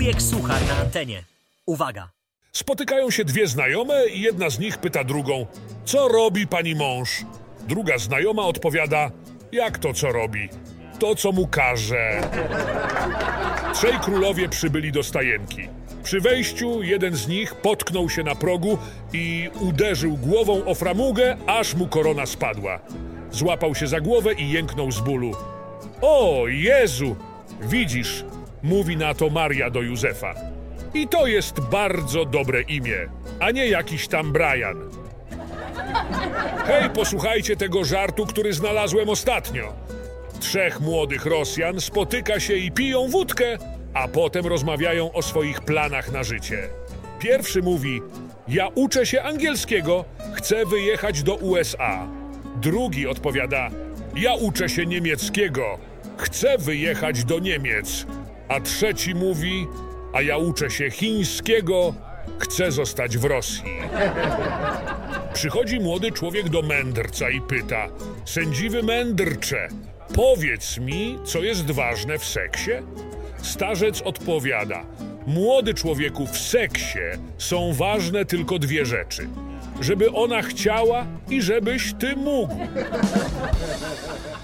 Człowiek suchar na antenie. Uwaga! Spotykają się dwie znajome i jedna z nich pyta drugą: co robi pani mąż? Druga znajoma odpowiada: jak to co robi? To co mu każe. Trzej królowie przybyli do stajenki. Przy wejściu jeden z nich potknął się na progu i uderzył głową o framugę, aż mu korona spadła. Złapał się za głowę i jęknął z bólu. O Jezu! Widzisz, mówi na to Maria do Józefa. I to jest bardzo dobre imię, a nie jakiś tam Brian. Hej, posłuchajcie tego żartu, który znalazłem ostatnio. Trzech młodych Rosjan spotyka się i piją wódkę, a potem rozmawiają o swoich planach na życie. Pierwszy mówi: ja uczę się angielskiego, chcę wyjechać do USA. Drugi odpowiada: ja uczę się niemieckiego, chcę wyjechać do Niemiec. A trzeci mówi: a ja uczę się chińskiego, chcę zostać w Rosji. Przychodzi młody człowiek do mędrca i pyta: sędziwy mędrcze, powiedz mi, co jest ważne w seksie? Starzec odpowiada: młody człowieku, w seksie są ważne tylko dwie rzeczy. Żeby ona chciała i żebyś ty mógł.